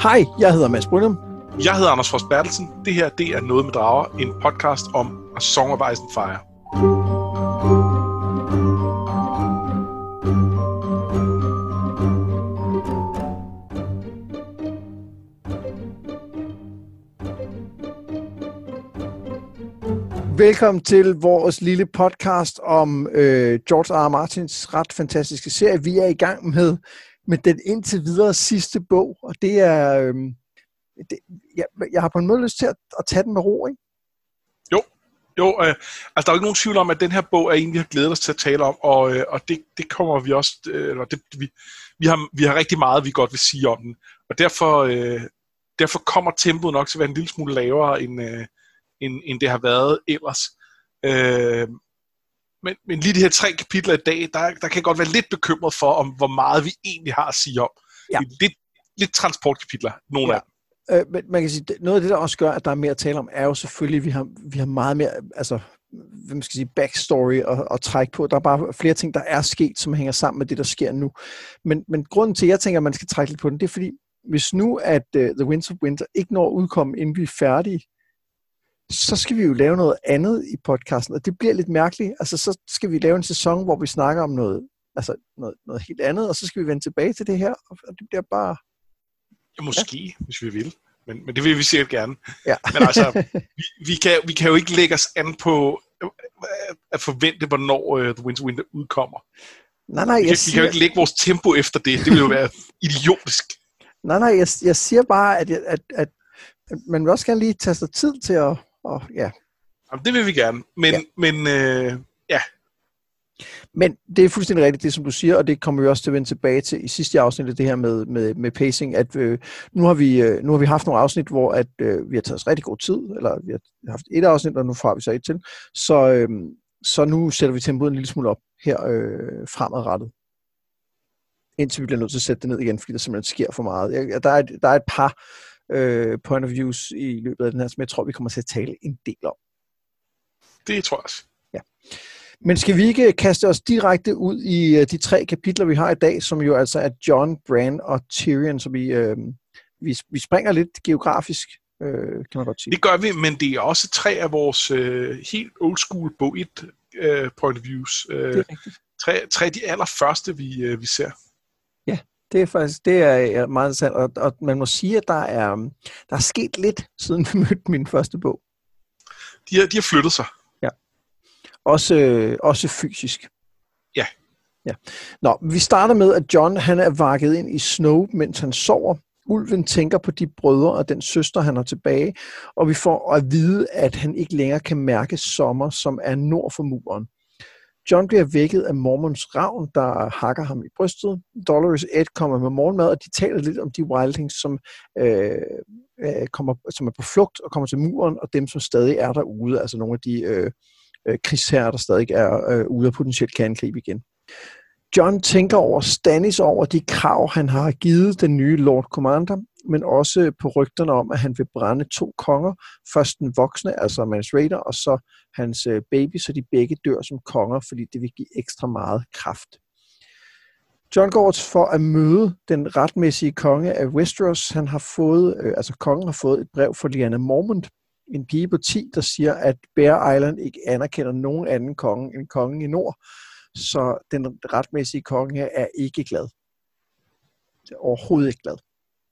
Hej, jeg hedder Mads Brynum. Jeg hedder Anders Frost Bertelsen. Det her, det er Noget med Drager, en podcast om A Song of Ice and Fire. Velkommen til vores lille podcast om George R. R. Martins ret fantastiske serie. Vi er i gang med den indtil videre sidste bog, og det er... jeg har på en måde lyst til at tage den med ro, ikke? Jo, altså der er jo ikke nogen tvivl om, at den her bog er en, vi har glædet os til at tale om, og det kommer vi også... Vi har rigtig meget, vi godt vil sige om den, og derfor kommer tempoet nok til at være en lille smule lavere, end det har været ellers. Men lige de her 3 kapitler i dag, der kan jeg godt være lidt bekymret for, om hvor meget vi egentlig har at sige om. Ja. Lidt transportkapitler, nogle af dem. Men man kan sige, noget af det, der også gør, at der er mere at tale om, er jo selvfølgelig, at vi har meget mere, altså, hvad man skal sige, backstory og trække på. Der er bare flere ting, der er sket, som hænger sammen med det, der sker nu. Men grunden til, at jeg tænker, at man skal trække lidt på den, det er fordi, hvis nu, at The Winds of Winter ikke når at udkomme, inden vi er færdige, så skal vi jo lave noget andet i podcasten, og det bliver lidt mærkeligt. Altså, så skal vi lave en sæson, hvor vi snakker om noget helt andet, og så skal vi vende tilbage til det her, og det bliver bare... Ja, måske, hvis vi vil. Men det vil vi sikkert gerne. Ja. Men altså, vi kan jo ikke lægge os an på at forvente, hvornår The Winds of Winter udkommer. Nej, vi kan jo ikke lægge vores tempo efter det. Det vil jo være idiotisk. Nej, jeg siger bare, at man vil også gerne lige tage sig tid til at... ja. Jamen, det vil vi gerne. Men ja. Men det er fuldstændig rigtigt, det som du siger, og det kommer vi også til at vende tilbage til i sidste afsnit, det her med pacing, at nu har vi haft nogle afsnit, hvor at, vi har taget os rigtig god tid, eller vi har haft et afsnit, og nu får vi så et til, så nu sætter vi tempoet en lille smule op her fremadrettet, indtil vi bliver nødt til at sætte det ned igen, fordi der simpelthen sker for meget. Der er et par point of views i løbet af den her, som jeg tror, vi kommer til at tale en del om. Det tror jeg også. Ja. Men skal vi ikke kaste os direkte ud i de 3 kapitler, vi har i dag, som jo altså er Jon, Bran og Tyrion, så vi springer lidt geografisk, kan man godt sige. Det gør vi, men det er også 3 af vores helt old school bog 1 point of views. Det er rigtigt. 3 af de allerførste, vi ser. Ja, det er meget interessant, og man må sige, at der er sket lidt, siden vi mødte min første bog. De har flyttet sig. Ja. Også fysisk. Ja. Nå, vi starter med, at Jon han er vakket ind i Snow, mens han sover. Ulven tænker på de brødre og den søster, han har tilbage, og vi får at vide, at han ikke længere kan mærke sommer, som er nord for muren. Jon bliver vækket af Mormonts ravn, der hakker ham i brystet. Dolorous Ed kommer med morgenmad, og de taler lidt om de wildlings, som er på flugt og kommer til muren, og dem, som stadig er derude, altså nogle af de krigsherrer, der stadig er ude og potentielt kan angribe igen. Jon tænker over Stannis, over de krav, han har givet den nye Lord Commander, men også på rygterne om, at han vil brænde 2 konger. Først den voksne, altså Mance Rayder, og så hans baby, så de begge dør som konger, fordi det vil give ekstra meget kraft. Jon går for at møde den retmæssige konge af Westeros. Han har fået, kongen har fået et brev fra Lyanna Mormont, en pige på 10, der siger, at Bear Island ikke anerkender nogen anden konge end kongen i nord, så den retmæssige konge er ikke glad. Overhovedet ikke glad.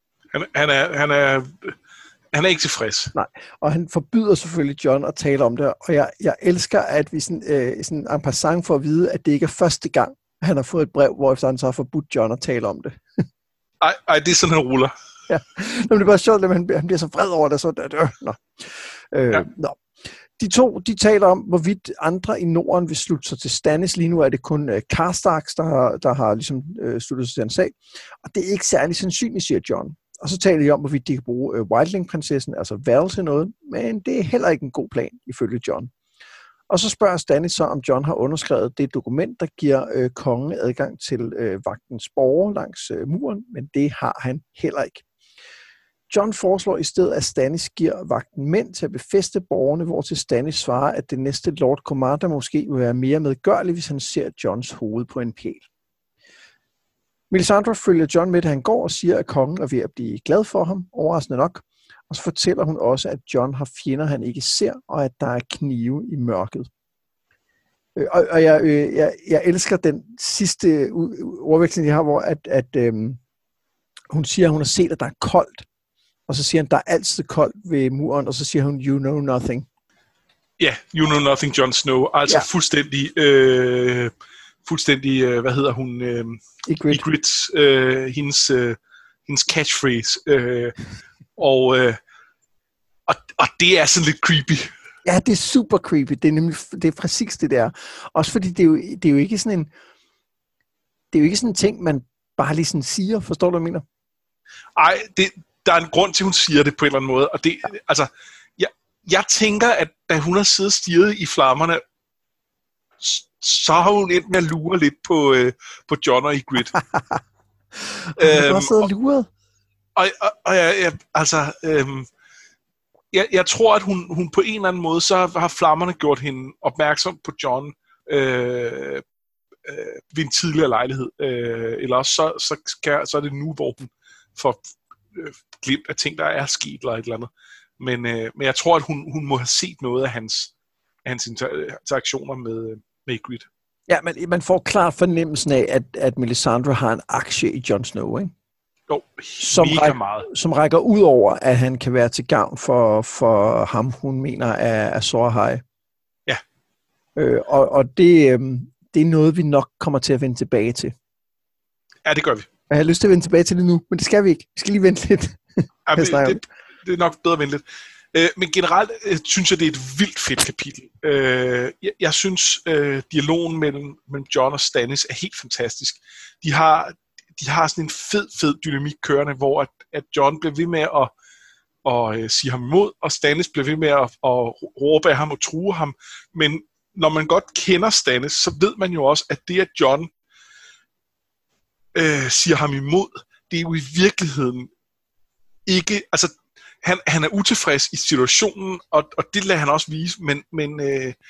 Han er ikke tilfreds. Nej, og han forbyder selvfølgelig Jon at tale om det, og jeg elsker, at vi sådan en passant får at vide, at det ikke er første gang, han har fået et brev, hvor han så har forbudt Jon at tale om det. Ej, det er sådan, han ruller. Ja, men det er bare sjovt, at han bliver så vred over det, så Nå. De 2, de taler om, hvorvidt andre i Norden vil slutte sig til Stannis. Lige nu er det kun Karstarks, der har ligesom sluttet sig til en sag. Og det er ikke særlig sandsynligt, siger Jon. Og så taler de om, hvorvidt de kan bruge Wildling-prinsessen, altså Val, til noget. Men det er heller ikke en god plan, ifølge Jon. Og så spørger Stannis så, om Jon har underskrevet det dokument, der giver kongen adgang til vagtens borger langs muren. Men det har han heller ikke. Jon foreslår i stedet, at Stannis giver vagten mænd til at befæste borgerne, hvor til Stannis svarer, at det næste Lord Commander måske vil være mere medgørlig, hvis han ser Jons hoved på en pæl. Melisandre følger Jon med, da han går og siger, at kongen er ved at blive glad for ham, overraskende nok. Og så fortæller hun også, at Jon har fjender, han ikke ser, og at der er knive i mørket. Og jeg elsker den sidste ordveksling, de har, hvor hun siger, at hun har set, at der er koldt. Og så siger han, der er altid koldt ved muren, og så siger hun, you know nothing. Ja, yeah, you know nothing, Jon Snow. Altså fuldstændig, hvad hedder hun? Ygritte, hendes catchphrase. Og det er sådan lidt creepy. Ja, det er super creepy. Det er præcis det der. Også fordi det er jo ikke sådan en... Det er jo ikke sådan en ting, man bare lige sådan siger. Forstår du, hvad jeg mener? Ej, der er en grund til, hun siger det på en eller anden måde. Og det, altså... Jeg tænker, at da hun har siddet stirret i flammerne, så har hun endt med at lure lidt på Jon og Ygritte. Hun har siddet og luret. Jeg tror, at hun på en eller anden måde, så har flammerne gjort hende opmærksom på Jon ved en tidligere lejlighed. Eller også så er det nu, hvor hun får glimt af ting, der er sket eller et eller andet. Men jeg tror, at hun må have set noget af hans interaktioner med Ygritte. Ja, men man får klart fornemmelsen af, at Melisandre har en aktie i Jon Snow, ikke? Jo, meget. Som rækker ud over, at han kan være til gavn for ham, hun mener er Azor Ahai. Ja. Og det er noget, vi nok kommer til at vende tilbage til. Ja, det gør vi. Jeg har lyst til at vende tilbage til det nu, men det skal vi ikke. Vi skal lige vente lidt. Ja, det er nok bedre at vente lidt. Men generelt synes jeg, det er et vildt fedt kapitel. Jeg synes, dialogen mellem Jon og Stannis er helt fantastisk. De har sådan en fed dynamik kørende, hvor at Jon bliver ved med at sige ham imod, og Stannis bliver ved med at råbe af ham og true ham. Men når man godt kender Stannis, så ved man jo også, at det, at Jon siger ham imod, det er jo i virkeligheden ikke, altså han er utilfreds i situationen, og det lader han også vise, men man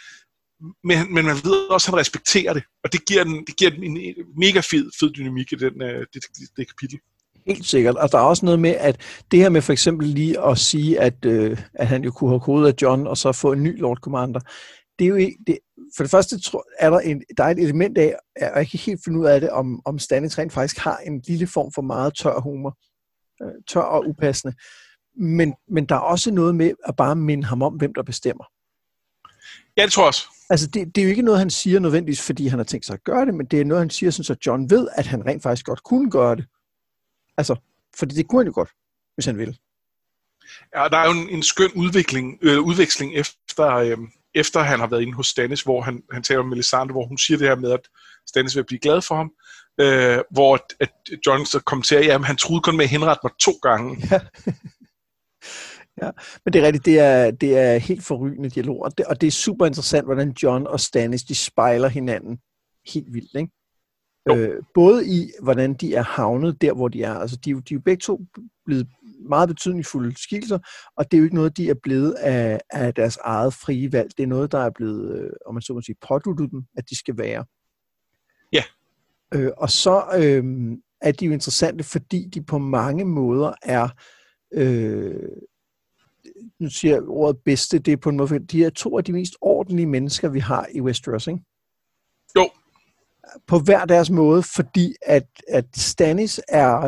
ved også, at han respekterer det, og det giver en mega fed dynamik i det kapitel. Helt sikkert, og der er også noget med, at det her med for eksempel lige at sige, at han jo kunne have kodet af Jon, og så få en ny Lord Commander, det er jo ikke, for det første er der er et element af, at jeg ikke kan helt finde ud af det, om Stannis rent faktisk har en lille form for meget tør humor, tør og upassende, men der er også noget med at bare minde ham om, hvem der bestemmer. Ja, det tror jeg også. Altså, det er jo ikke noget, han siger nødvendigvis, fordi han har tænkt sig at gøre det, men det er noget, han siger, sådan, så Jon ved, at han rent faktisk godt kunne gøre det. Altså, fordi det kunne han jo godt, hvis han ville. Ja, der er jo en skøn udveksling efter han har været inde hos Stannis, hvor han taler om Melisandre, hvor hun siger det her med, at Stannis vil blive glad for ham, hvor at Jon så kommenterer, at han troede kun med at henrette mig 2 gange. Ja. Ja, men det er rigtigt, det er helt forrygende dialog, og det er super interessant, hvordan Jon og Stannis, de spejler hinanden helt vildt, ikke? Både i, hvordan de er havnet der, hvor de er. Altså, de er jo begge to blevet meget betydningsfulde skikkelser, og det er jo ikke noget, de er blevet af deres eget frie valg. Det er noget, der er blevet, om man så må sige, påduttet dem, at de skal være. Ja. Og så er de jo interessante, fordi de på mange måder er... nu siger jeg ordet bedste, det er på en måde, de er 2 af de mest ordentlige mennesker, vi har i Westeros, ikke? Jo. På hver deres måde, fordi at Stannis er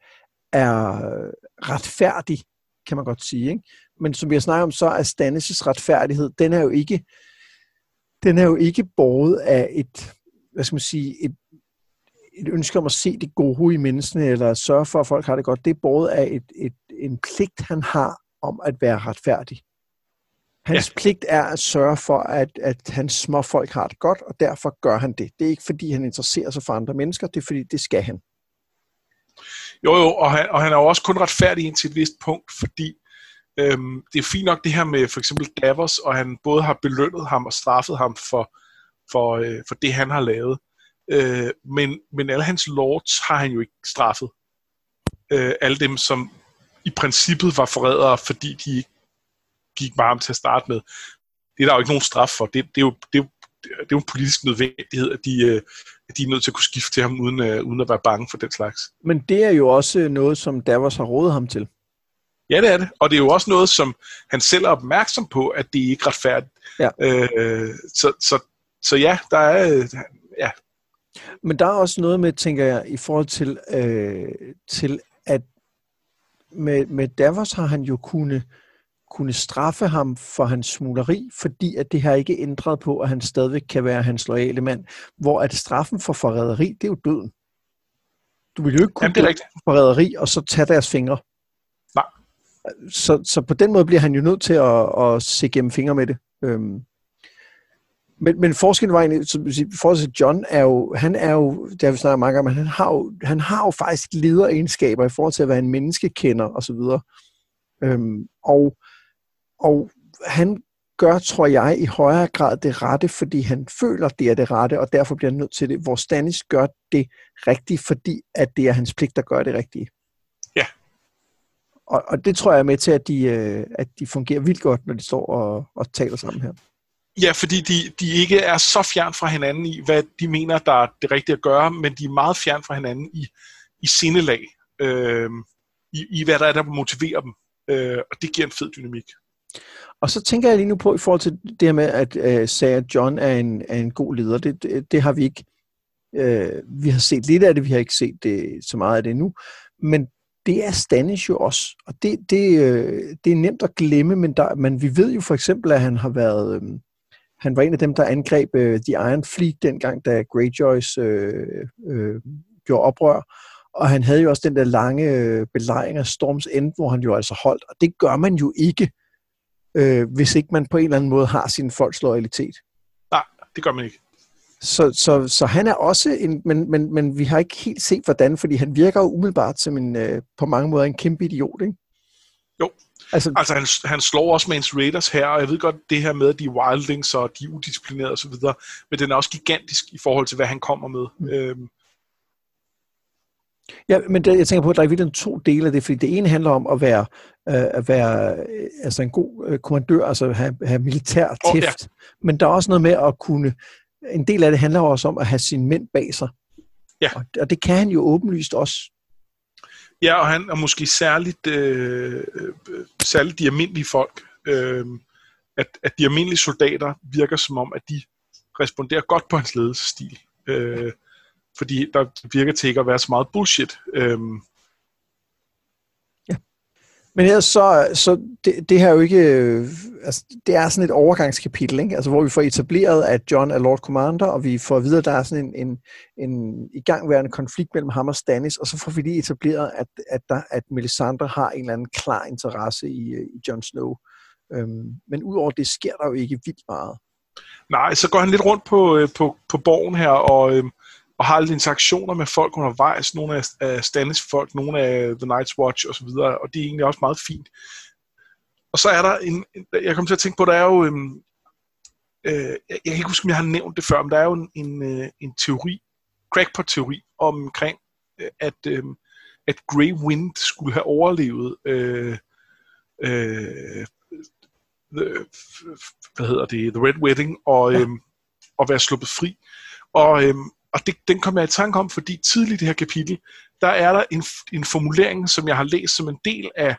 retfærdig, kan man godt sige, ikke? Men som vi har snakket om, så er Stannis' retfærdighed, den er jo ikke båret af et, hvad skal man sige, et ønske om at se det gode i menneskene, eller sørge for, at folk har det godt. Det er båret af en pligt, han har om at være retfærdig. Hans pligt er at sørge for, at hans små folk har det godt, og derfor gør han det. Det er ikke, fordi han interesserer sig for andre mennesker, det er, fordi det skal han. Jo, og han er jo også kun retfærdig indtil et vist punkt, fordi det er fint nok det her med for eksempel Davos, og han både har belønnet ham og straffet ham for det, han har lavet. Men alle hans lords har han jo ikke straffet. Alle dem, som i princippet var forrædere, fordi de ikke gik med ham til at starte med. Det er der jo ikke nogen straf for. Det er jo en politisk nødvendighed, at de er nødt til at kunne skifte til ham, uden at være bange for den slags. Men det er jo også noget, som Davos har rådet ham til. Ja, det er det. Og det er jo også noget, som han selv er opmærksom på, at det ikke er retfærdigt. Ja. Så ja, der er... ja. Men der er også noget med, tænker jeg, i forhold til at med Davos har han jo kunne straffe ham for hans smugleri, fordi at det har ikke ændret på, at han stadigvæk kan være hans loyale mand. Hvor at straffen for forræderi, det er jo døden. Du vil jo ikke kunne dø for forræderi, og så tage deres fingre. Nej. Så på den måde bliver han jo nødt til at se gennem fingre med det. Men forskellen var egentlig, i forhold til Jon, han er jo, det har vi snakket mange om, men han har jo faktisk lederegenskaber i forhold til at være en menneskekender og så videre. Og han gør, tror jeg, i højere grad det rette, fordi han føler, det er det rette, og derfor bliver han nødt til det. Hvor Stannis gør det rigtigt, fordi at det er hans pligt at gøre det rigtige. Ja. Og det tror jeg er med til, at de fungerer vildt godt, når de står og taler sammen her. Ja, fordi de ikke er så fjern fra hinanden i, hvad de mener, der er det rigtige at gøre, men de er meget fjern fra hinanden i sindelag. I hvad der motiverer dem. Og det giver en fed dynamik. Og så tænker jeg lige nu på, i forhold til det her med, at sige, at Jon er en god leder. Det har vi ikke. Vi har set lidt af det, vi har ikke set det, så meget af det endnu. Men det er Stannis jo også. Og det er nemt at glemme, men vi ved jo for eksempel, at han har været... Han var en af dem, der angreb The Iron Fleet dengang, da Greyjoys gjorde oprør. Og han havde jo også den der lange belejring af Storm's End, hvor han jo altså holdt. Og det gør man jo ikke, hvis ikke man på en eller anden måde har sin folks loyalitet. Nej, det gør man ikke. Så han er også men vi har ikke helt set hvordan, fordi han virker jo umiddelbart som på mange måder en kæmpe idiot, ikke? Jo. Altså han slår også Mance Raiders her, og jeg ved godt det her med, at de er wildlings og de er udisciplinerede og så videre, men den er også gigantisk i forhold til, hvad han kommer med. Ja, men jeg tænker på, at der er virkelig 2 dele af det, fordi det ene handler om at være altså en god kommandør, altså have militær tæft, ja. Men der er også noget med at kunne, en del af det handler også om at have sine mænd bag sig. Ja. Og det kan han jo åbenlyst også. Ja, og han er måske særligt de almindelige folk, at de almindelige soldater virker som om, at de responderer godt på hans ledelsesstil. Fordi der virker til ikke at være så meget bullshit. Ja. Men ellers så det her er jo ikke... altså, det er sådan et overgangskapitel, ikke? Altså, hvor vi får etableret, at Jon er Lord Commander, og vi får at vide, at der er sådan en igangværende konflikt mellem ham og Stannis, og så får vi lige etableret, at Melisandre har en eller anden klar interesse i Jon Snow. Men udover det sker der jo ikke vildt meget. Nej, så går han lidt rundt på borgen her, og har lidt interaktioner med folk undervejs, nogle af Stannis folk, nogle af The Night's Watch osv., og det er egentlig også meget fint. Og så er der jeg kom til at tænke på, der er jo, jeg kan ikke huske, om jeg har nævnt det før, men der er jo en teori, crackpot-teori, omkring, at Grey Wind skulle have overlevet The Red Wedding, og være sluppet fri. Og den kom jeg i tanke om, fordi tidligt i det her kapitel, der er der en formulering, som jeg har læst som en del af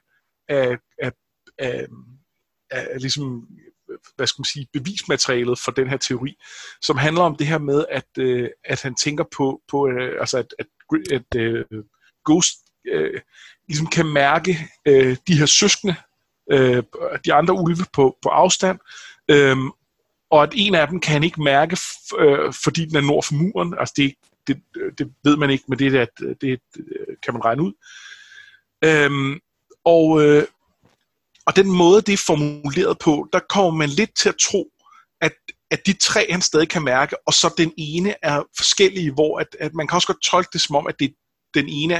ligesom, hvad skal man sige, bevismaterialet for den her teori, som handler om det her med, at han tænker på altså at Ghost ligesom kan mærke de her søskende, de andre ulve på afstand, og at en af dem kan han ikke mærke, fordi den er nord for muren. Altså det ved man ikke, men det kan man regne ud. Og den måde, det er formuleret på, der kommer man lidt til at tro, at de 3, han stadig kan mærke, og så den ene er forskellige, hvor at man kan også godt tolke det som om, at den ene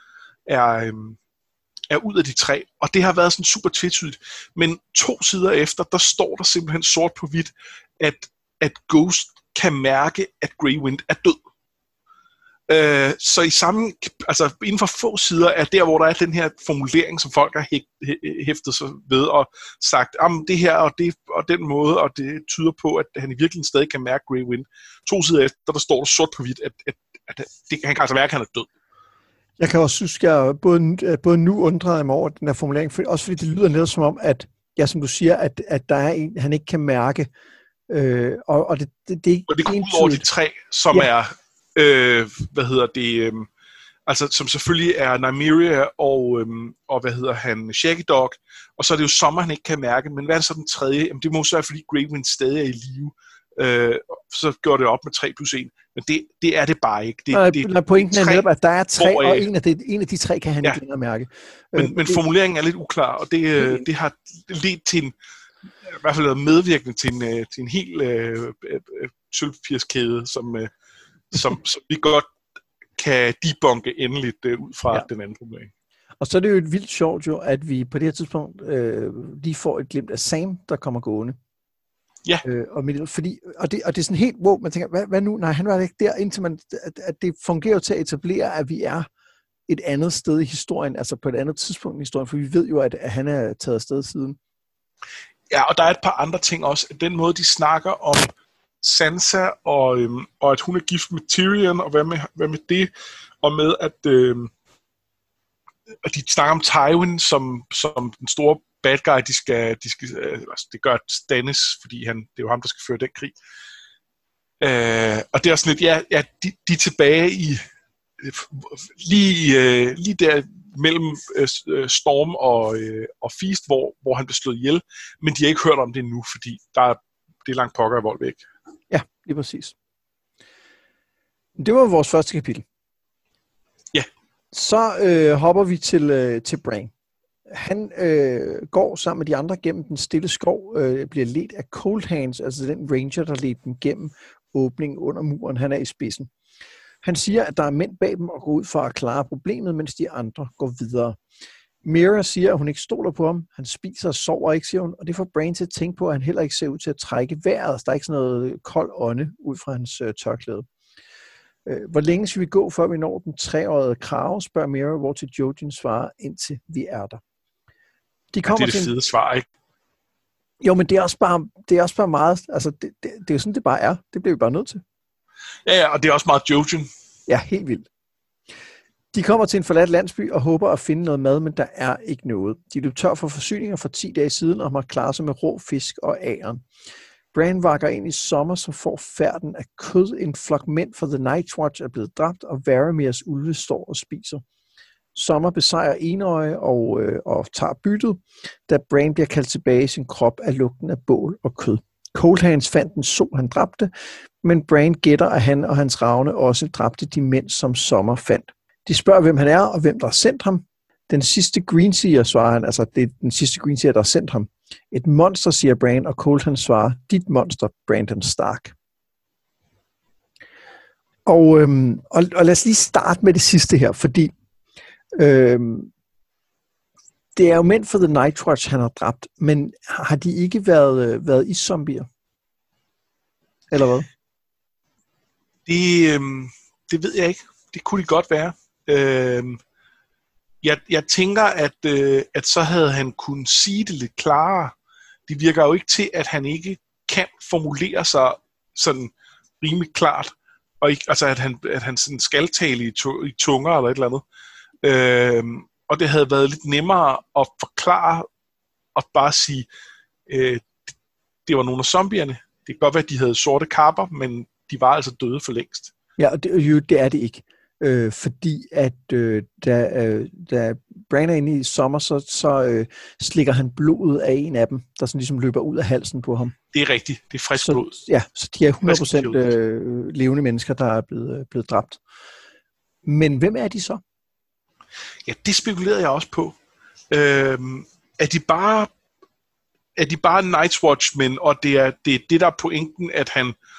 er ud af de 3, og det har været sådan super tvetydigt. Men 2 sider efter, der står der simpelthen sort på hvidt, at Ghost kan mærke, at Grey Wind er død. Så i samme, altså inden for få sider er der, hvor der er den her formulering, som folk har hæftet sig ved og sagt, det her og den måde, og det tyder på, at han i virkeligheden stadig kan mærke Grey Wind. 2 sider efter, der står der sort på hvidt, at han kan altså mærke, at han er død. Jeg kan også synes, at jeg både nu undrer mig over den her formulering, også fordi det lyder lidt som om, at, ja, som du siger, at der er en, han ikke kan mærke. Og det går ud over de 3, som er, altså som selvfølgelig er Nymeria og Shaggy Dog, og så er det jo Summer, han ikke kan mærke, men hvad er det så den tredje? Jamen, det må så være, fordi Grey Wind stadig er i live. Så går det op med 3+1, men det er det bare ikke. Pointen er netop, at der er 3, og en af de 3 kan han ikke længere mærke. Men formuleringen er lidt uklar, og det har ledt til i hvert fald medvirkende til en helt sølvpapirskæde, som vi godt kan debunke endeligt ud fra den anden formulering. Og så er det jo et vildt sjovt jo, at vi på det her tidspunkt lige får et glimt af Sam, der kommer gående. Ja. Og det er sådan helt, hvor man tænker, hvad nu? Nej, han var ikke der, indtil at det fungerer til at etablere, at vi er et andet sted i historien, altså på et andet tidspunkt i historien, for vi ved jo, at han er taget afsted siden. Ja, og der er et par andre ting også. Den måde, de snakker om Sansa, og at hun er gift med Tyrion, og hvad med det, og med, at de snakker om Tywin som den store bad guy, altså, det gør Stannis, fordi det er jo ham, der skal føre den krig. Og det er sådan lidt, de er tilbage i lige der mellem Storm og Feast, hvor han blev slået ihjel, men de har ikke hørt om det nu, fordi det er langt pokker af vold væk. Ja, lige præcis. Det var vores første kapitel. Ja. Så hopper vi til Bran. Han går sammen med de andre gennem den stille skov, bliver ledt af Cold Hands, altså den ranger, der ledte dem gennem åbningen under muren. Han er i spidsen. Han siger, at der er mænd bag dem og går ud for at klare problemet, mens de andre går videre. Mira siger, at hun ikke stoler på ham. Han spiser og sover ikke, siger hun, og det får Bran til at tænke på, at han heller ikke ser ud til at trække vejret. Så der er ikke sådan noget kold ånde ud fra hans tørklæde. Hvor længe skal vi gå, før vi når den 3-årige krave, spørger Mira, hvor til Jojen svarer, indtil vi er der. Det er det fede svar, ikke? Jo, men det er også bare meget, altså det er jo sådan, det bare er. Det bliver vi bare nødt til. Ja, og det er også meget Jojen. Ja, helt vildt. De kommer til en forladt landsby og håber at finde noget mad, men der er ikke noget. De løb tør for forsyninger for 10 dage siden og må klare sig med rå fisk og æren. Bran vakker ind i sommer, som får færden af kød. En flok mænd fra The Night's Watch er blevet dræbt, og Varamirs ulve står og spiser. Sommer besejrer Enøje og tager byttet, da Bran bliver kaldt tilbage i sin krop af lugten af bål og kød. Cold Hands fandt en so, han dræbte, men Bran gætter, at han og hans ravne også dræbte de mænd, som Sommer fandt. De spørger, hvem han er, og hvem der har sendt ham. Den sidste Greenseer, svarer han, altså det er den sidste Greenseer, der har sendt ham. Et monster, siger Bran, og Cold Hands svarer, dit monster, Brandon Stark. Og lad os lige starte med det sidste her, fordi det er jo mænd for The Night's Watch, han har dræbt, men har de ikke været i zombier? Eller hvad? Det ved jeg ikke. Det kunne det godt være. Jeg tænker, at så havde han kunnet sige det lidt klarere. Det virker jo ikke til, at han ikke kan formulere sig sådan rimelig klart, og ikke, altså at han sådan skal tale i tunger eller et eller andet. Og det havde været lidt nemmere at forklare og bare sige, det var nogle af zombierne. Det kan godt være, at de havde sorte kapper, men de var altså døde for længst. Ja, og det er det ikke. Fordi at da Bran er inde i sommer, så slikker han blodet af en af dem, der sådan ligesom løber ud af halsen på ham. Det er rigtigt. Det er frisk blod. Ja, så de er 100% levende mennesker, der er blevet dræbt. Men hvem er de så? Ja, det spekulerede jeg også på. Er de bare Night's Watchmen, og det er det, der er pointen, at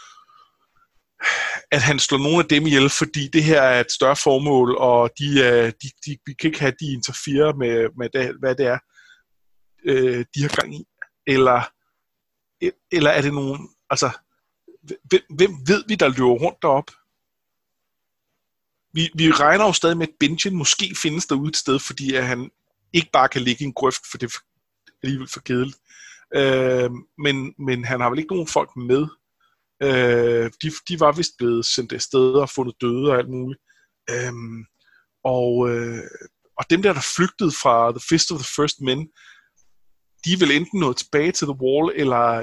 han slår nogle af dem ihjel, fordi det her er et større formål, og vi kan ikke have, de interferer med det, hvad det er, de har gang i. Eller er det nogen, altså, hvem ved vi, der løber rundt derop? vi regner jo stadig med, at Benjen måske findes derude et sted, fordi at han ikke bare kan ligge i en grøft, for det er alligevel for kedeligt. Men han har vel ikke nogen folk med. De var vist blevet sendt afsted og fundet døde og alt muligt. Og dem der flygtede fra The Fist of the First Men, de er vel enten nået tilbage til The Wall,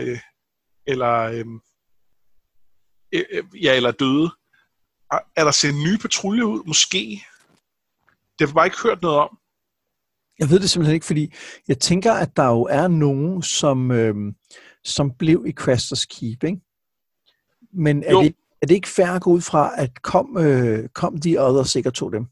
eller døde. Er der set en ny patrulje ud? Måske. Det har vi bare ikke hørt noget om. Jeg ved det simpelthen ikke, fordi jeg tænker, at der jo er nogen, som blev i Craster's Keep, ikke? Men er det ikke fair at gå ud fra, at kom de others ikke og tog dem?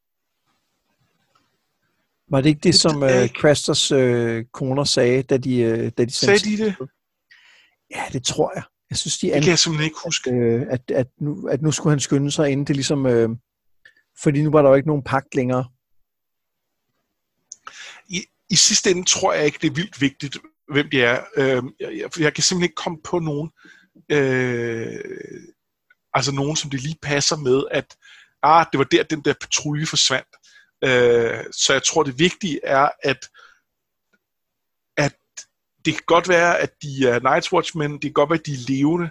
Var det ikke det, som Crasters koner sagde, da de sendte? Sagde de det? Ja, det tror jeg. Jeg synes, det kan jeg simpelthen ikke huske. At nu skulle han skynde sig, inden det ligesom... fordi nu var der jo ikke nogen pagt længere. I sidste ende tror jeg ikke, det er vildt vigtigt, hvem de er. Jeg kan simpelthen ikke komme på nogen, altså nogen, som det lige passer med, at det var der, den der patrulje forsvandt. Så jeg tror, det vigtige er, at det kan godt være, at de er Night's Watchmen, det kan godt være, at de er levende,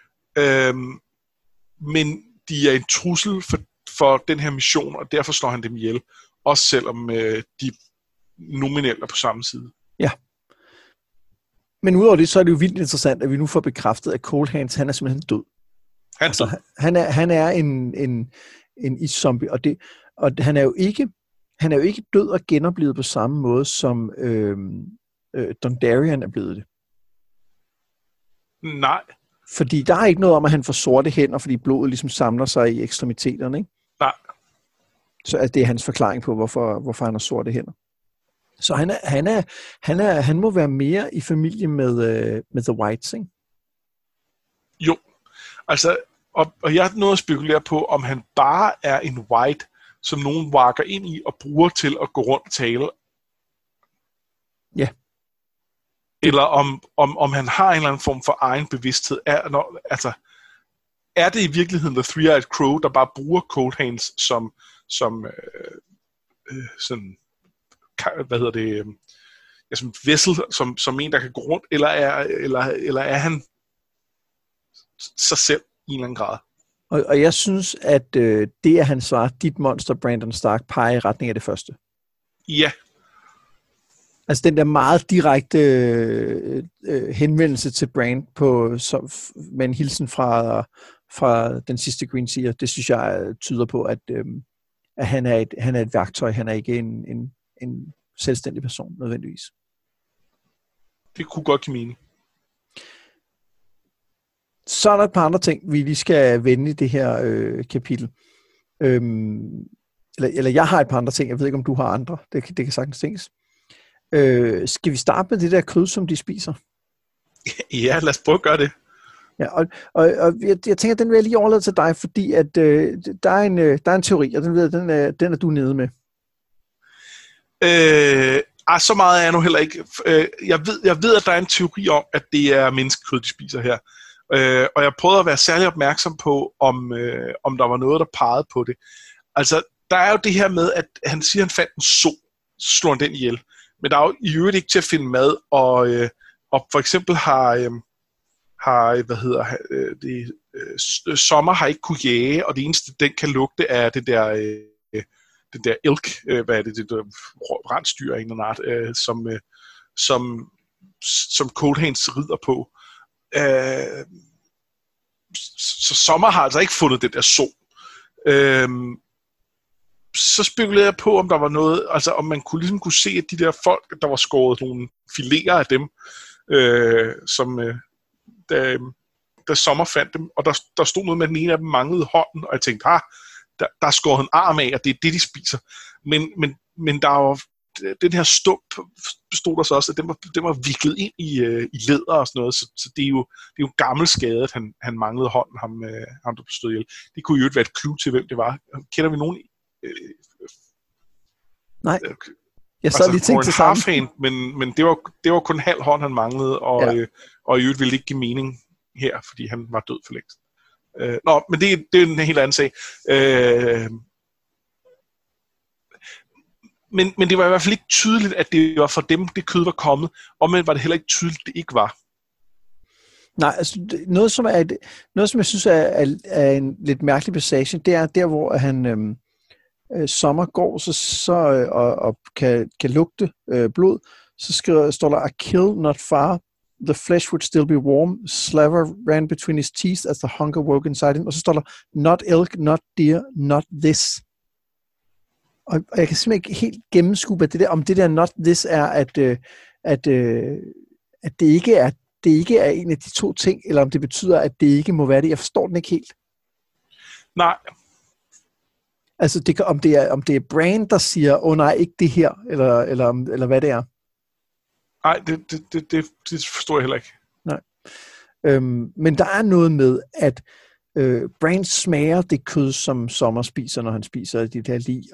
men de er en trussel for den her mission, og derfor slår han dem ihjel. Også selvom de nominelt er på samme side. Ja. Men udover det, så er det jo vildt interessant, at vi nu får bekræftet, at Cold Hands, han er simpelthen død. Han er en iszombie, og han er jo ikke død og genoplevet på samme måde, som Dondarrion er blevet det. Nej. Fordi der er ikke noget om, at han får sorte hænder, fordi blodet ligesom samler sig i ekstremiteterne, ikke? Nej. Så det er hans forklaring på, hvorfor han har sorte hænder. Så han må være mere i familie med The Whites, ikke? Jo. Altså, og jeg er noget at spekulere på, om han bare er en White, som nogen wakker ind i og bruger til at gå rundt og tale. Ja. Eller om han har en eller anden form for egen bevidsthed. Er det i virkeligheden The Three-Eyed Crow, der bare bruger Cold Hands som sådan, hvad hedder det, som vessel, som en, der kan gå rundt, eller er han sig selv i en eller anden grad? Og jeg synes, at det, at han svarer, dit monster, Brandon Stark, peger i retning af det første. Ja. Altså den der meget direkte henvendelse til Brand med en hilsen fra den sidste Green Seer, det synes jeg tyder på, at han er et værktøj, han er ikke en selvstændig person nødvendigvis. Det kunne godt give mening. Så er der et par andre ting, vi lige skal vende i det her kapitel. Eller jeg har et par andre ting, jeg ved ikke, om du har andre. Det kan sagtens tænkes. Skal vi starte med det der kød, som de spiser? Ja, lad os prøve at gøre det. Ja, og jeg tænker, den vil jeg lige overlade til dig, fordi at der er en teori, og den er du nede med. Så meget er jeg nu heller ikke. Jeg ved, at der er en teori om, at det er menneskekød, de spiser her. Og jeg prøvede at være særlig opmærksom på, om der var noget, der pegede på det. Altså, der er jo det her med, at han siger, at han fandt en so, så slår han den ihjel. Men der er jo i øvrigt ikke til at finde mad, og for eksempel har Sommer har ikke kunne jage, og det eneste, den kan lugte, er det der elk, hvad er det der rensdyr af en eller anden art, som Cold Hands rider på. Så Sommer har altså ikke fundet den der so. Så spekulerede jeg på, om der var noget, altså om man ligesom kunne se, at de der folk, der var skåret nogle filerer af dem, da Sommer fandt dem, og der stod noget med, at den ene af dem manglede hånden, og jeg tænkte, der er skåret en arm af, og det er det, de spiser. Men der var den her stump, stod der så også, at den var viklet ind i læder og sådan noget, så det er jo gammel skade, at han manglede hånden, ham der stod ihjel. Det kunne jo ikke være et clue til, hvem det var. Kender vi nogen? Nej. Jeg sad lige tænkt til sammen. Men det var kun halv hånd, han manglede, og i øvrigt ville det ikke give mening her, fordi han var død for længst. Men det er en helt anden sag. Men det var i hvert fald ikke tydeligt, at det var for dem, det kød var kommet. Omvendt var det heller ikke tydeligt, at det ikke var. Nej, altså noget, som jeg synes er en lidt mærkelig passage, det er der, hvor han Sommer går og kan lugte blod, så står der, a kill not far, the flesh would still be warm, slaver ran between his teeth as the hunger woke inside him, og så står der, not elk, not deer, not this. Og jeg kan simpelthen ikke helt gennemskue, at om det der not this er, at det ikke er en af de to ting, eller om det betyder, at det ikke må være det. Jeg forstår den ikke helt. Nej. Altså, om det er Bran, der siger, nej, ikke det her, eller hvad det er. Nej, det forstår jeg heller ikke. Nej. Men der er noget med, at Bran smager det kød, som Sommer spiser, når han spiser de der lig,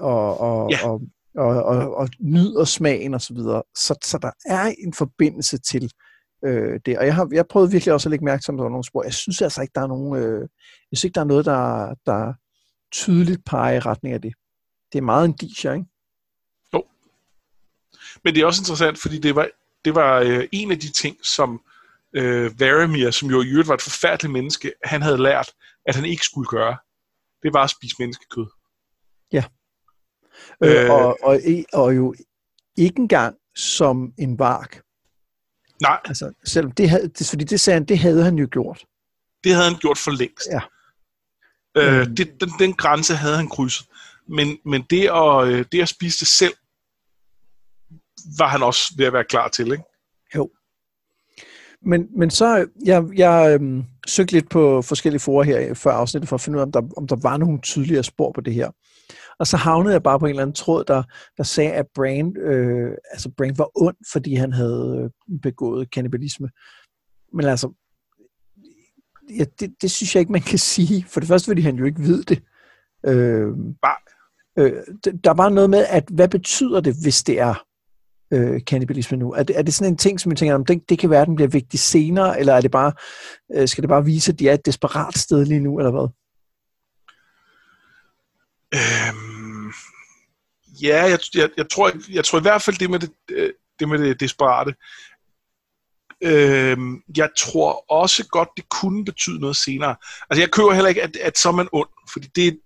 og nyder smagen og så videre. Så der er en forbindelse til det. Og jeg prøvede virkelig også at lægge mærke til, om der var nogle spor. Jeg synes altså ikke, der er noget, der tydeligt peger i retning af det. Det er meget indicier, ikke? Jo. Men det er også interessant, fordi det var en af de ting, som Varamir, som jo i øvrigt var et forfærdeligt menneske, han havde lært, at han ikke skulle gøre. Det var at spise menneskekød. Ja. Og jo ikke engang som en varg. Nej. Altså, selvom fordi det sagde han, det havde han jo gjort. Det havde han gjort for længst. Ja. Den grænse havde han krydset. Men det at spise det selv, var han også ved at være klar til, ikke? Jo. Men så, jeg søgte lidt på forskellige forer her før afsnittet, for at finde ud af, om der var nogle tydeligere spor på det her. Og så havnede jeg bare på en eller anden tråd, der sagde, at Bran var ond, fordi han havde begået kannibalisme. Men altså, ja, det synes jeg ikke, man kan sige. For det første, fordi han jo ikke ved det. Der er bare noget med, at hvad betyder det, hvis det er kannibalisme nu? Er det sådan en ting, som jeg tænker, om det kan være, den bliver vigtig senere, eller er det bare, skal det bare vise, at de er et desperat sted lige nu, eller hvad? Ja, jeg tror i hvert fald det med det desperate. Jeg tror også godt, det kunne betyde noget senere. Altså, jeg køber heller ikke, at så er man ond, fordi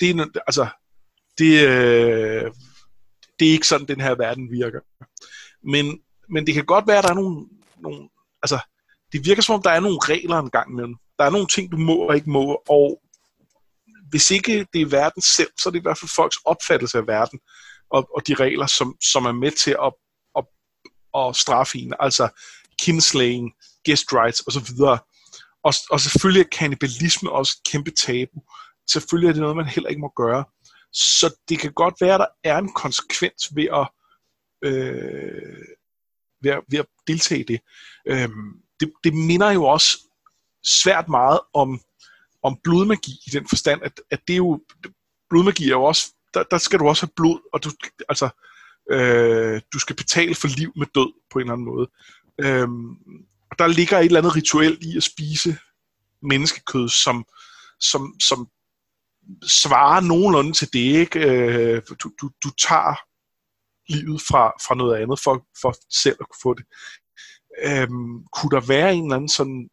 det er ikke sådan, den her verden virker. Men det kan godt være, at der er nogle altså, det virker som om, der er nogle regler en gang imellem. Der er nogle ting, du må og ikke må, og hvis ikke det er verden selv, så er det i hvert fald folks opfattelse af verden, og de regler, som er med til at straffe en. Altså kinslaying, guest rights osv. Og selvfølgelig er kannibalisme også et kæmpe tabu. Selvfølgelig er det noget, man heller ikke må gøre. Så det kan godt være, at der er en konsekvens ved at deltage i det. Det minder jo også svært meget om blodmagi i den forstand, at det er jo, blodmagi er jo også, der skal du også have blod, og du skal betale for liv med død på en eller anden måde. Og der ligger et eller andet rituel i at spise menneskekød, som svarer nogenlunde til det, ikke? Du tager livet fra noget andet for selv at kunne få det. Kunne der være en eller anden sådan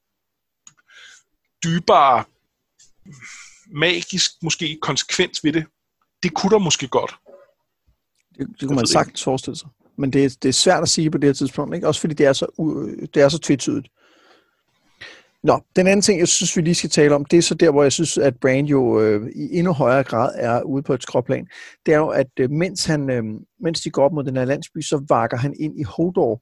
dybere magisk måske konsekvens ved det? Det kunne der måske godt. Det kunne man sagtens forestille sig. Men det er svært at sige på det her tidspunkt, ikke? Også fordi det er så tvetydigt. Nå, den anden ting, jeg synes, vi lige skal tale om, det er så der, hvor jeg synes, at Bran jo i endnu højere grad er ude på et skråplan. Det er jo, at mens de går op mod den her landsby, så vakker han ind i Hodor.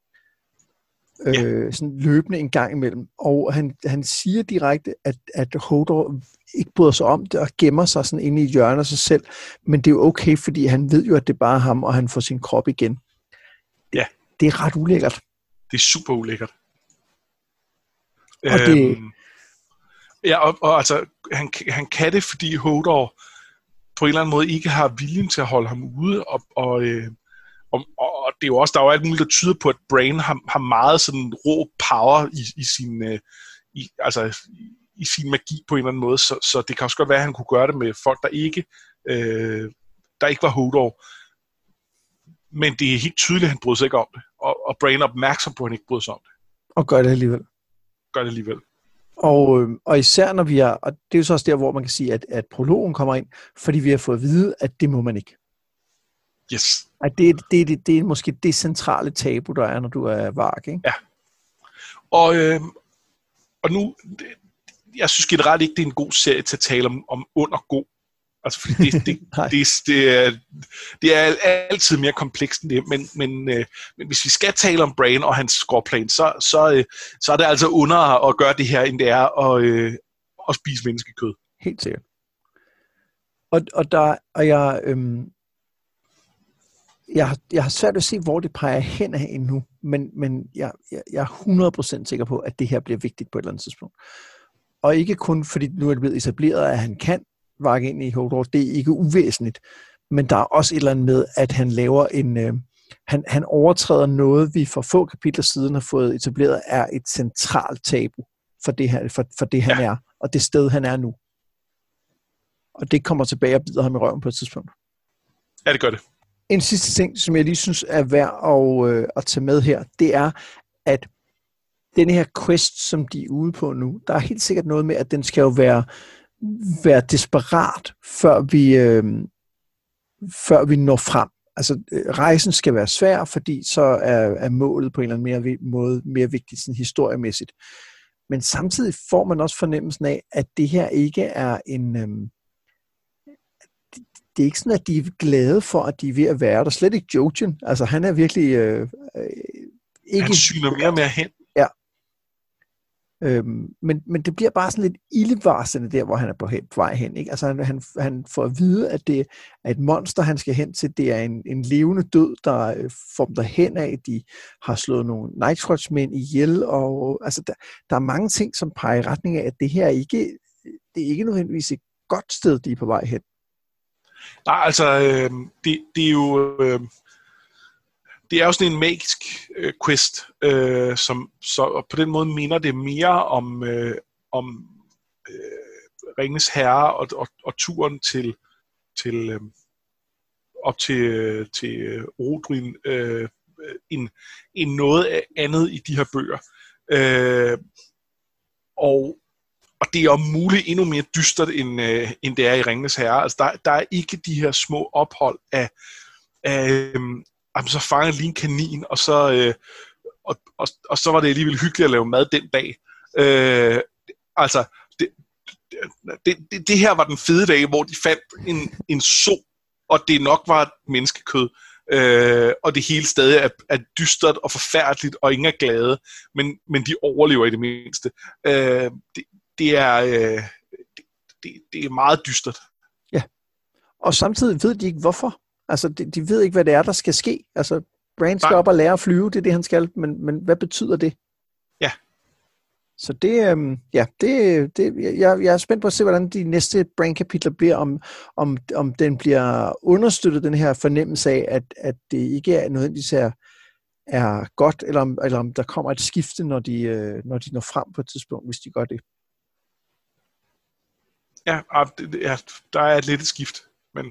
Sådan løbende en gang imellem. Og han siger direkte, at Hodor ikke bryder sig om det og gemmer sig sådan inde i et hjørne af sig selv. Men det er jo okay, fordi han ved jo, at det er bare ham, og han får sin krop igen. Ja. Det er ret ulækkert. Det er super ulækkert. Og det... Ja, og altså, han kan det, fordi Hodor på en eller anden måde ikke har viljen til at holde ham ude, og det er jo også, der er jo alt muligt, der tyder på, at Bran har meget sådan rå power i sin magi på en eller anden måde, så det kan også godt være, at han kunne gøre det med folk, der ikke var Hodor. Men det er helt tydeligt, at han bryder sig ikke om det. Og Bran er opmærksom på, at han ikke bryder sig om det. Og gør det alligevel. Og især når vi er, og det er jo så også der, hvor man kan sige, at prologen kommer ind, fordi vi har fået at vide, at det må man ikke. Yes. At det er måske det centrale tabu, der er, når du er varg, ikke? Ja. Og nu, jeg synes generelt ikke, det er en god serie til at tale om ond og god. Altså, fordi det er altid mere komplekst end det, men hvis vi skal tale om Bran og hans skråplan, så er det altså under at gøre det her, end det er at spise menneskekød. Helt sikkert. Jeg har svært at se, hvor det peger hen af endnu, men jeg er 100% sikker på, at det her bliver vigtigt på et eller andet tidspunkt. Og ikke kun fordi nu er det blevet etableret, at han kan varke ind i Hodor, det er ikke uvæsentligt, men der er også et eller andet med, at han laver han overtræder noget, vi for få kapitler siden har fået etableret, er et centralt tabu for det, for det han er, og det sted, han er nu. Og det kommer tilbage og bider ham i røven på et tidspunkt. Ja, det gør det. En sidste ting, som jeg lige synes er værd at tage med her, det er, at denne her quest, som de er ude på nu, der er helt sikkert noget med, at den skal jo være desperat, før vi når frem. Altså, rejsen skal være svær, fordi så er målet på en eller anden måde mere vigtigt sådan historiemæssigt. Men samtidig får man også fornemmelsen af, at det her ikke er det er ikke sådan, at de er glade for, at de er ved at være der. Slet ikke Jojen. Altså, han er virkelig ikke... Han syner mere og mere hen. Ja. Men det bliver bare sådan lidt ildevarslende der, hvor han er på vej hen. Ikke? Altså, han får at vide, at det er et monster, han skal hen til. Det er en levende død, der får dem derhen af. De har slået nogle Night Watch-mænd ihjel. Og, altså, der er mange ting, som peger i retning af, at det her ikke nødvendigvis et godt sted, de er på vej hen. Nej, altså, det er jo... Det er jo sådan en magisk quest, som så på den måde minder det mere om Ringenes Herre og turen op til Orodruin end noget andet i de her bøger. Og det er om muligt endnu mere dystert, end det er i Ringenes Herre. Altså, der er ikke de her små ophold af så fanger lige en kanin, og så var det alligevel hyggeligt at lave mad den dag. Altså, det her var den fede dag, hvor de fandt en so, og det nok var et menneskekød, og det hele stadig er dystert og forfærdeligt, og ingen er glade, men de overlever i det mindste. Det er meget dystert. Ja, og samtidig ved de ikke hvorfor. Altså, de ved ikke, hvad det er, der skal ske. Altså, Bran skal op og lære at flyve, det er det, han skal, men hvad betyder det? Ja. Så jeg er spændt på at se, hvordan de næste Bran-kapitler bliver, om den bliver understøttet, den her fornemmelse af, at det ikke er nødvendigvis er godt, eller om der kommer et skifte, når de når frem på et tidspunkt, hvis de gør det. Ja, der er et lidt skift, men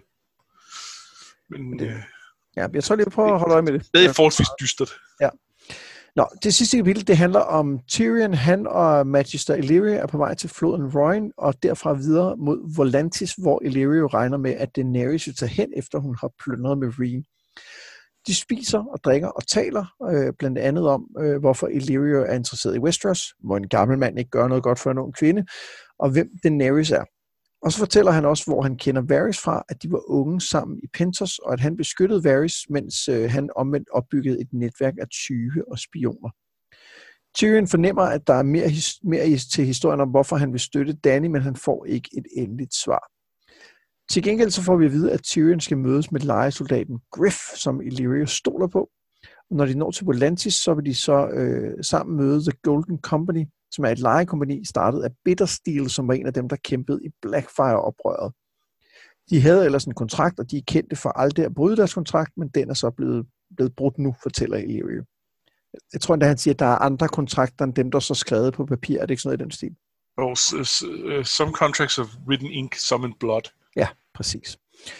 ja, jeg tror lige på at holde øje med det. Det er forholdsvis dystert. Ja. Nå, det sidste kapitel, det handler om Tyrion. Han og Magister Illyrio er på vej til floden Rhoyne, og derfra videre mod Volantis, hvor Illyrio regner med, at Daenerys vil tage hen, efter hun har plyndret Meereen. De spiser og drikker og taler blandt andet om, hvorfor Illyrio er interesseret i Westeros, hvor en gammel mand ikke gør noget godt for en ung kvinde, og hvem Daenerys er. Og så fortæller han også, hvor han kender Varys fra, at de var unge sammen i Pentos, og at han beskyttede Varys, mens han omvendt opbyggede et netværk af tyve og spioner. Tyrion fornemmer, at der er mere til historien om, hvorfor han vil støtte Dany, men han får ikke et endeligt svar. Til gengæld så får vi at vide, at Tyrion skal mødes med lejesoldaten Griff, som Illyrio stoler på. Og når de når til Volantis, så vil de så sammen møde The Golden Company, som er et lejekompagni startet af Bittersteel, som var en af dem, der kæmpede i Blackfire-oprøret. De havde ellers en kontrakt, og de er kendte for aldrig at bryde deres kontrakt, men den er så blevet brudt nu, fortæller Illyrio. Jeg tror endda, han siger, at der er andre kontrakter end dem, der så skrevet på papir. Er det ikke sådan noget i den stil? Some contracts are written ink, some in blood. Ja, præcis.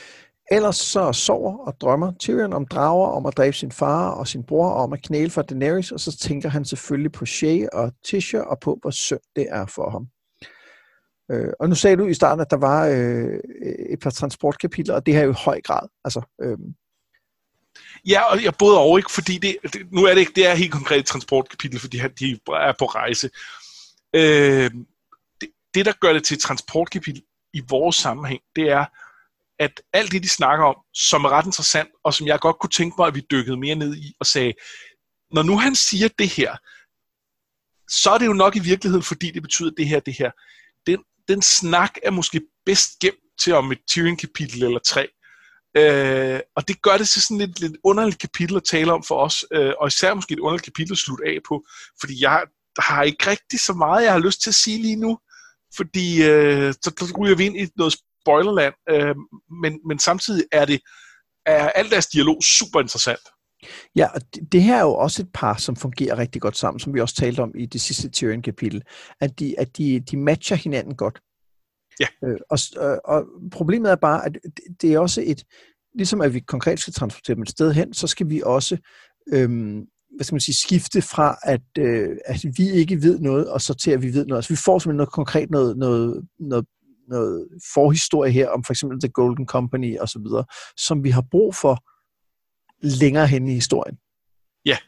Ellers så sover og drømmer Tyrion om drager, om at dræbe sin far og sin bror, og om at knæle for Daenerys, og så tænker han selvfølgelig på Shae og Tisha, og på, hvor synd det er for ham. Og nu sagde du i starten, at der var et par transportkapitler, og det her er jo i høj grad. Altså, Ja, og jeg både over ikke, fordi nu er det ikke, det er helt konkret et transportkapitel, fordi de er på rejse. Det, der gør det til et transportkapitel i vores sammenhæng, det er, at alt det, de snakker om, som er ret interessant, og som jeg godt kunne tænke mig, at vi dykkede mere ned i, og sagde, når nu han siger det her, så er det jo nok i virkeligheden, fordi det betyder det her. Den snak er måske bedst gemt til om et Tyrion-kapitel eller 3. Og det gør det til sådan et lidt underligt kapitel at tale om for os, og især måske et underligt kapitel at slutte af på, fordi jeg har ikke rigtig så meget, jeg har lyst til at sige lige nu, fordi så ryger vi ind i noget spoilerland, men samtidig er al deres dialog super interessant. Ja, og det her er jo også et par, som fungerer rigtig godt sammen, som vi også talte om i det sidste Tyrion-kapitel, at de matcher hinanden godt. Ja. Og problemet er bare, at det er også ligesom at vi konkret skal transportere dem et sted hen, så skal vi også hvad skal man sige, skifte fra, at vi ikke ved noget, og så til at vi ved noget. Altså vi får simpelthen noget konkret, noget forhistorie her, om for eksempel The Golden Company og så videre, som vi har brug for længere hen i historien. Ja.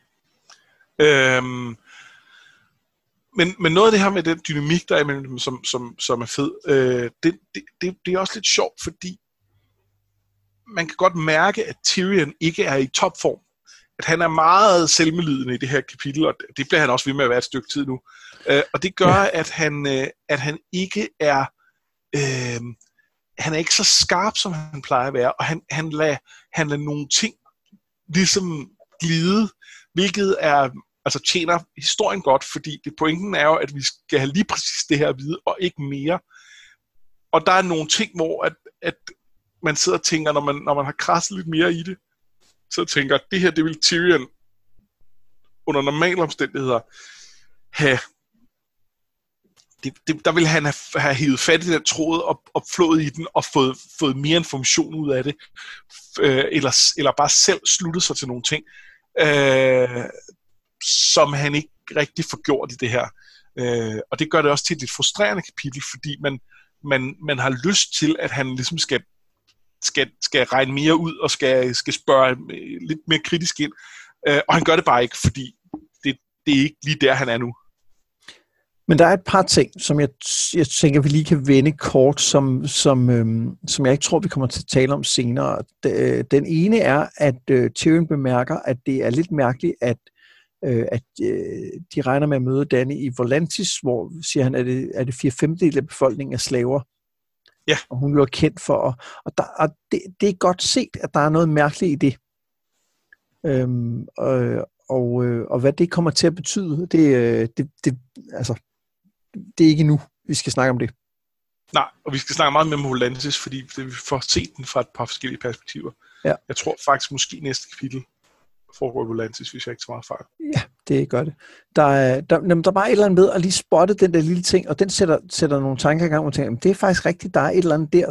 Men noget af det her med den dynamik, der er imellem dem, som er fed, det er også lidt sjovt, fordi man kan godt mærke, at Tyrion ikke er i topform. At han er meget selvmedlidende i det her kapitel, og det bliver han også ved med at være et stykke tid nu. Og det gør, at han ikke er... han er ikke så skarp, som han plejer at være, og han lader nogle ting ligesom glide, hvilket altså tjener historien godt, fordi pointen er jo, at vi skal have lige præcis det her at vide, og ikke mere. Og der er nogle ting, hvor at man sidder og tænker, når man har krasset lidt mere i det, så tænker, at det her, det vil Tyrion under normale omstændigheder have... Der ville han have hivet fat i den tråd og flået i den og fået mere information ud af det, eller bare selv sluttet sig til nogle ting, som han ikke rigtig får gjort i det her. Og det gør det også til et lidt frustrerende kapitel, fordi man har lyst til, at han ligesom skal regne mere ud og skal spørge lidt mere kritisk ind. Og han gør det bare ikke, fordi det er ikke lige der, han er nu. Men der er et par ting, som jeg tænker, vi lige kan vende kort, som jeg ikke tror, vi kommer til at tale om senere. Den ene er, at Tyrion bemærker, at det er lidt mærkeligt, at de regner med at møde Dany i Volantis, hvor, siger han, er det 4/5 af befolkningen af slaver. Ja. Og hun bliver kendt for, og det er godt set, at der er noget mærkeligt i det. Og hvad det kommer til at betyde, det er ikke nu, vi skal snakke om det. Nej, og vi skal snakke meget mere om Volantis, fordi vi får set den fra et par forskellige perspektiver. Ja. Jeg tror faktisk måske næste kapitel foregår i Volantis, hvis jeg ikke så meget fejl. Ja, det gør det. Der er bare et eller andet ved at lige spotte den der lille ting, og den sætter nogle tanker i gang, og tænker, det er faktisk rigtigt, der er et eller andet der,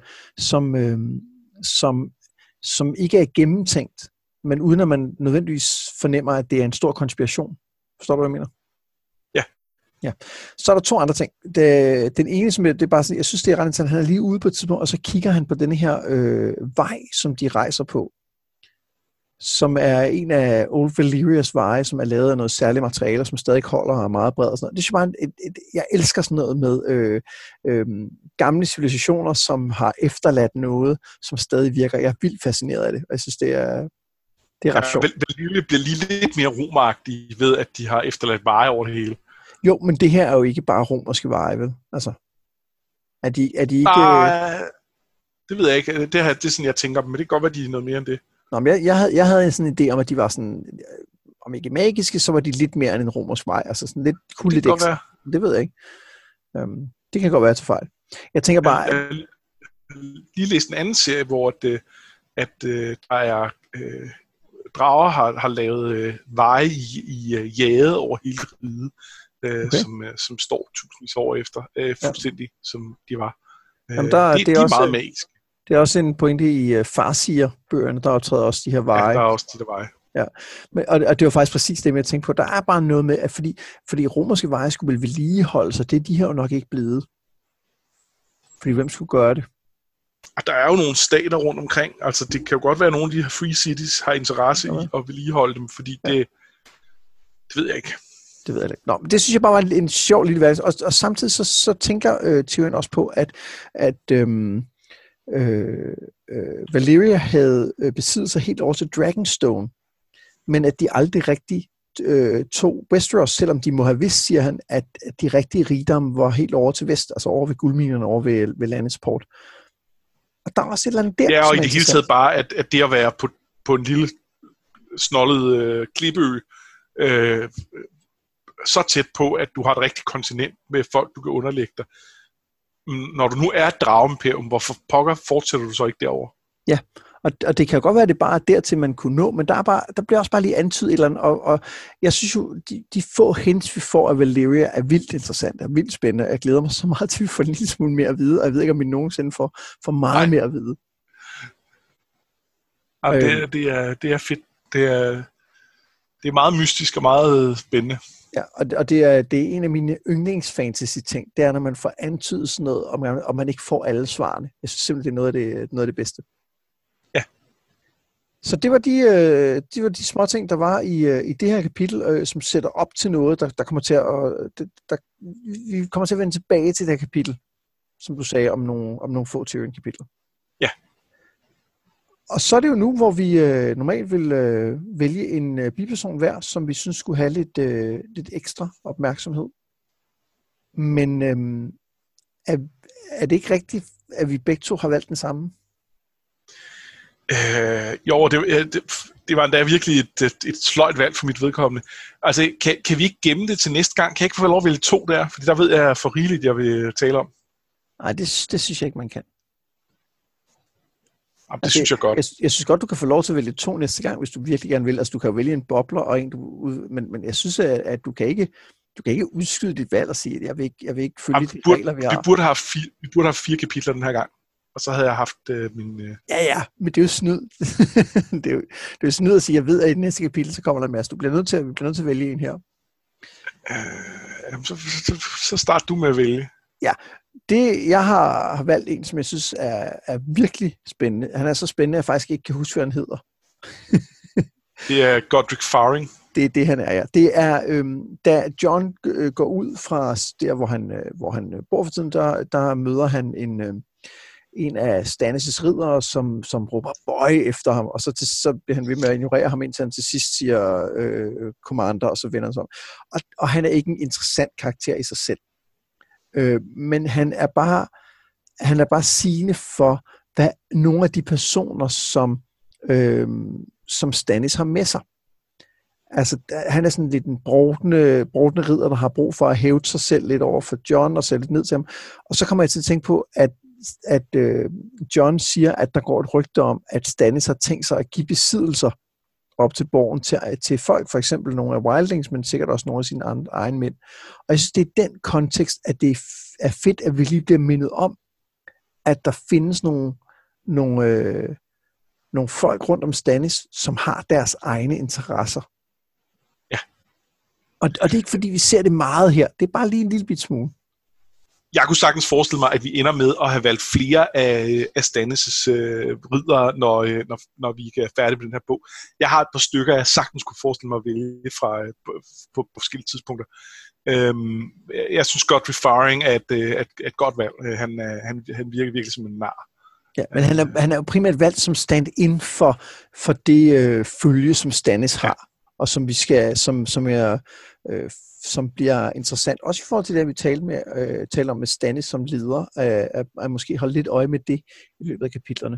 som ikke er gennemtænkt, men uden at man nødvendigvis fornemmer, at det er en stor konspiration. Forstår du, hvad jeg mener? Ja. Så er der to andre ting. Den ene, som det er bare sådan, jeg synes, det er ret interessant, han er lige ude på et tidspunkt, og så kigger han på denne her vej, som de rejser på, som er en af Old Valyrias veje, som er lavet af noget særligt materiale, som stadig holder og er meget bred og sådan noget. Det er bare jeg elsker sådan noget med gamle civilisationer, som har efterladt noget, som stadig virker. Jeg er vildt fascineret af det, og jeg synes, det er ret sjovt. Valyria bliver lige lidt mere romagtige ved, at de har efterladt veje over det hele. Jo, men det her er jo ikke bare romerske veje, vel? Altså, er de ikke... Nej, det ved jeg ikke. Det er sådan, jeg tænker dem, men det kan godt være, de er noget mere end det. Nå, men jeg havde sådan en idé om, at de var sådan, om ikke magiske, så var de lidt mere end en romersk vej. Altså sådan lidt cool, lidt ekstra. Det ved jeg ikke. Det kan godt være til fejl. Jeg tænker bare... Jeg lige læst en anden serie, hvor der er... drager har lavet veje i jade over hele riget, som står tusindvis år efter, fuldstændig som de var. Jamen, de er også meget magiske. Det er også en pointe i Farseer-bøgerne, der optræder også de her veje. Ja, der er også de der veje. Ja, og det var faktisk præcis det, jeg tænkte på. Der er bare noget med, at fordi romerske veje skulle vel vedligeholde sig, det er de her jo nok ikke blevet. Fordi hvem skulle gøre det? Der er jo nogle stater rundt omkring. Altså, det kan jo godt være, at nogle af de her free cities har interesse i at vedligeholde dem, fordi det ved jeg ikke. Det ved jeg ikke. Nå, men det synes jeg bare var en sjov lille verden. Og samtidig så tænker Tyrion også på, at Valyria havde besiddet helt over til Dragonstone, men at de aldrig rigtig tog Westeros, selvom de må have vidst, siger han, at de rigtige rigdom var helt over til vest, altså over ved guldminerne, over ved landets port. Og der var også et eller andet der. Ja, og i det hele taget bare, at det at være på en lille snollet klippeø, så tæt på, at du har et rigtigt kontinent med folk, du kan underlægge dig. Når du nu er et drageimperium, hvorfor pokker fortsætter du så ikke derover? Ja, og det kan jo godt være, at det bare er dertil, man kunne nå, men der bliver også bare lige antydet et eller andet, og jeg synes jo, de få hints, vi får af Valyria, er vildt interessant, er vildt spændende. Jeg glæder mig så meget til, at vi får en lille smule mere at vide, og jeg ved ikke, om vi nogensinde får meget mere at vide. Ja, det er fedt. Det er meget mystisk og meget spændende. Ja, og det er en af mine yndlingsfantasy-ting, det er, når man får antydet sådan noget, og man ikke får alle svarene. Jeg synes simpelthen, det er noget af det bedste. Ja. Så det var de små ting, der var i det her kapitel, som sætter op til noget, der kommer til at... vi kommer til at vende tilbage til det her kapitel, som du sagde, om nogle få Tyrion-kapitler. Ja. Og så er det jo nu, hvor vi normalt vil vælge en biperson hver, som vi synes skulle have lidt ekstra opmærksomhed. Men er det ikke rigtigt, at vi begge to har valgt den samme? Jo, det var endda virkelig et sløjt valg for mit vedkommende. Altså, kan vi ikke gemme det til næste gang? Kan jeg ikke få lov at vælge 2 der? Fordi der ved jeg for rigeligt, jeg vil tale om. Nej, det synes jeg ikke, man kan. Jamen, det synes jeg godt. Jeg synes godt, du kan få lov til at vælge 2 næste gang, hvis du virkelig gerne vil. Altså, du kan jo vælge en bobler og en, men jeg synes, at du kan ikke udskyde dit valg og sige, at jeg vil ikke følge de regler, vi har. Vi burde have 4 kapitler den her gang, og så havde jeg haft min... Ja, men det er jo snyd. det er jo snyd at sige, at jeg ved, at i det næste kapitel, så kommer der en masse. Vi bliver nødt til at vælge en her. Så start du med at vælge. Ja, jeg har valgt en, som jeg synes er virkelig spændende. Han er så spændende, at jeg faktisk ikke kan huske, hvad han hedder. Det er Godric Farring. Det er det, han er, ja. Det er, da Jon går ud fra der, hvor han bor for tiden, der møder han en af Stannis' riddere, som råber boy efter ham, og så bliver han ved med at ignorere ham, indtil han til sidst siger commander, og så vender han sig om. Og han er ikke en interessant karakter i sig selv. Men han er bare sigende for, hvad nogle af de personer, som Stannis har med sig. Altså, han er sådan lidt en brodende ridder, der har brug for at hæve sig selv lidt over for Jon og sætte lidt ned til ham. Og så kommer jeg til at tænke på, at Jon siger, at der går et rygte om, at Stannis har tænkt sig at give besiddelser op til borgen til folk, for eksempel nogle af Wildlings, men sikkert også nogle af sine egen mænd. Og jeg synes, det er den kontekst, at det er fedt, at vi lige bliver mindet om, at der findes nogle folk rundt om Stannis, som har deres egne interesser. Ja. Og det er ikke, fordi vi ser det meget her. Det er bare lige en lille bit smule. Jeg kunne sagtens forestille mig, at vi ender med at have valgt flere af Stannis' riddere, når vi er færdige med den her bog. Jeg har et par stykker, jeg sagtens kunne forestille mig at vælge fra på forskellige tidspunkter. Jeg synes, Godric Farring er et godt valg. Han virker virkelig som en nar. Ja, men han er jo primært valgt som stand-in for det følge, som Stannis har, og som vi skal, som bliver interessant. Også i forhold til det, vi taler om med Stannis som leder, at måske holde lidt øje med det i løbet af kapitlerne.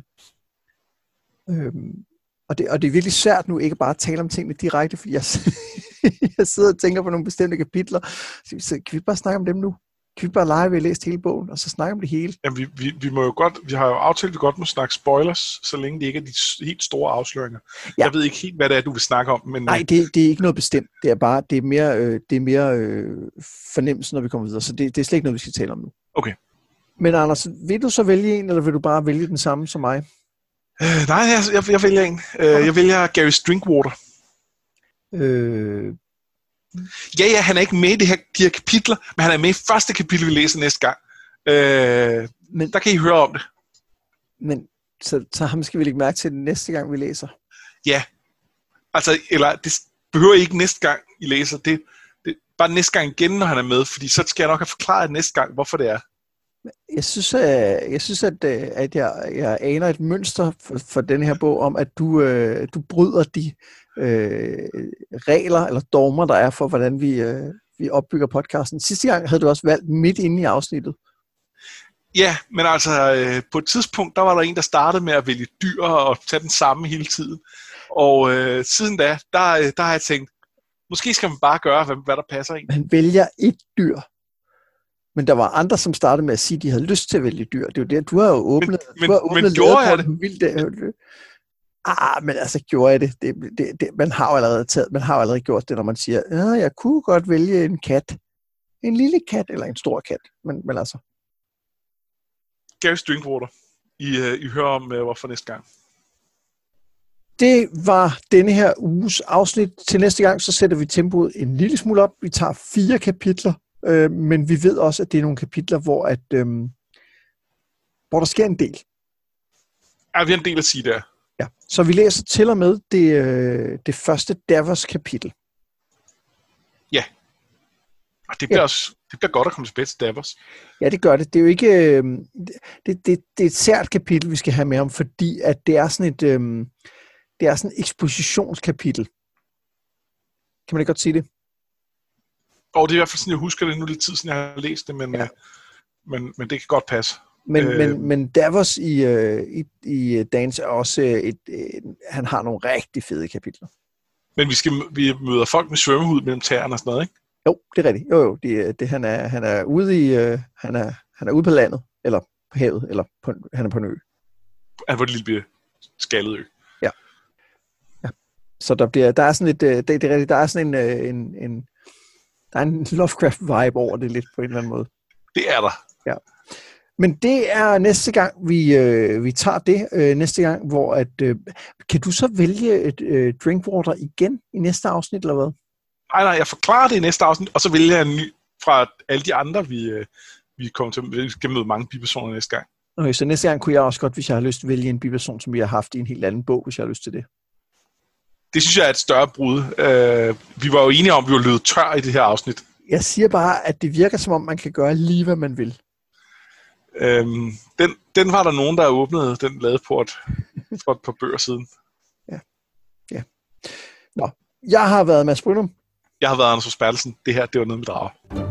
Og det er virkelig svært nu ikke bare at tale om tingene direkte, fordi jeg sidder og tænker på nogle bestemte kapitler. Så kan vi bare snakke om dem nu? Kan vi bare lege, at vi har læst hele bogen, og så snakke om det hele? Jamen, vi må jo godt, vi har jo aftalt, at vi godt må snakke spoilers, så længe det ikke er de helt store afsløringer. Ja. Jeg ved ikke helt, hvad det er, du vil snakke om. Men nej, det er ikke noget bestemt. Det er mere fornemmelse, når vi kommer videre. Så det er slet ikke noget, vi skal tale om nu. Okay. Men Anders, vil du så vælge en, eller vil du bare vælge den samme som mig? Nej, jeg vælger en. Jeg vælger Gary Drinkwater. Ja, han er ikke med i de her kapitler, men han er med i første kapitel, vi læser næste gang. Men der kan I høre om det. Men så ham skal vi lægge mærke til næste gang, vi læser. Ja, altså, eller det behøver I ikke næste gang, I læser. Det bare næste gang igen, når han er med, fordi så skal jeg nok have forklaret næste gang, hvorfor det er. Jeg synes, at jeg aner et mønster for den her bog om, at du bryder de regler eller dogmer, der er for, hvordan vi opbygger podcasten. Sidste gang havde du også valgt midt inde i afsnittet. Ja, men altså på et tidspunkt, der var der en, der startede med at vælge dyr og tage den samme hele tiden. Og siden da, der har jeg tænkt, måske skal man bare gøre, hvad der passer en. Man vælger et dyr. Men der var andre, som startede med at sige, at de havde lyst til at vælge dyr. Det er jo det, du har jo åbnet. Men gjorde jeg det? Men altså, gjorde jeg det? Man har jo allerede gjort det, når man siger, jeg kunne godt vælge en kat. En lille kat eller en stor kat. Men altså. Gary Drinkwater. I hører om, hvorfor næste gang. Det var denne her uges afsnit. Til næste gang, så sætter vi tempoet en lille smule op. Vi tager 4 kapitler. Men vi ved også, at det er nogle kapitler, hvor der sker en del. Ja, vi har en del at sige der. Ja. Så vi læser til og med det første Davos kapitel. Ja. Og det bliver godt at komme tilbage til Davos. Ja, det gør det. Det er jo ikke... Det er et sært kapitel, vi skal have med om, fordi at det er sådan et ekspositionskapitel. Kan man ikke godt sige det? Og det er i hvert fald sådan, jeg husker det nu lidt tid, siden jeg har læst det, men det kan godt passe. Men Davos i Dagens er også han har nogle rigtig fede kapitler. Men vi møder folk med svømmehud mellem tæerne og sådan noget, ikke? Jo, det er rigtigt. Jo, han er ude i han er ude på landet, eller på havet, eller han er på en ø. Han er på en lille skaldet ø. Ja. Så der er sådan et det er rigtigt, der er sådan en der er en Lovecraft-vibe over det lidt på en eller anden måde. Det er der. Ja. Men det er næste gang, vi tager det. Næste gang, hvor kan du så vælge et Drinkwater igen i næste afsnit, eller hvad? Nej, jeg forklarer det i næste afsnit, og så vælger jeg en ny fra alle de andre, vi kommer til. Vi skal møde mange bipersoner næste gang. Okay, så næste gang kunne jeg også godt, hvis jeg har lyst til at vælge en biperson, som vi har haft i en helt anden bog, hvis jeg har lyst til det. Det synes jeg er et større brud. Vi var jo enige om, at vi var løbet tør i det her afsnit. Jeg siger bare, at det virker som om, man kan gøre lige, hvad man vil. Den var der nogen, der åbnede den ladeport for et par bøger siden. Ja. Nå, jeg har været Mads Brynum. Jeg har været Anders Forsbergelsen. Det her, det var noget med drager.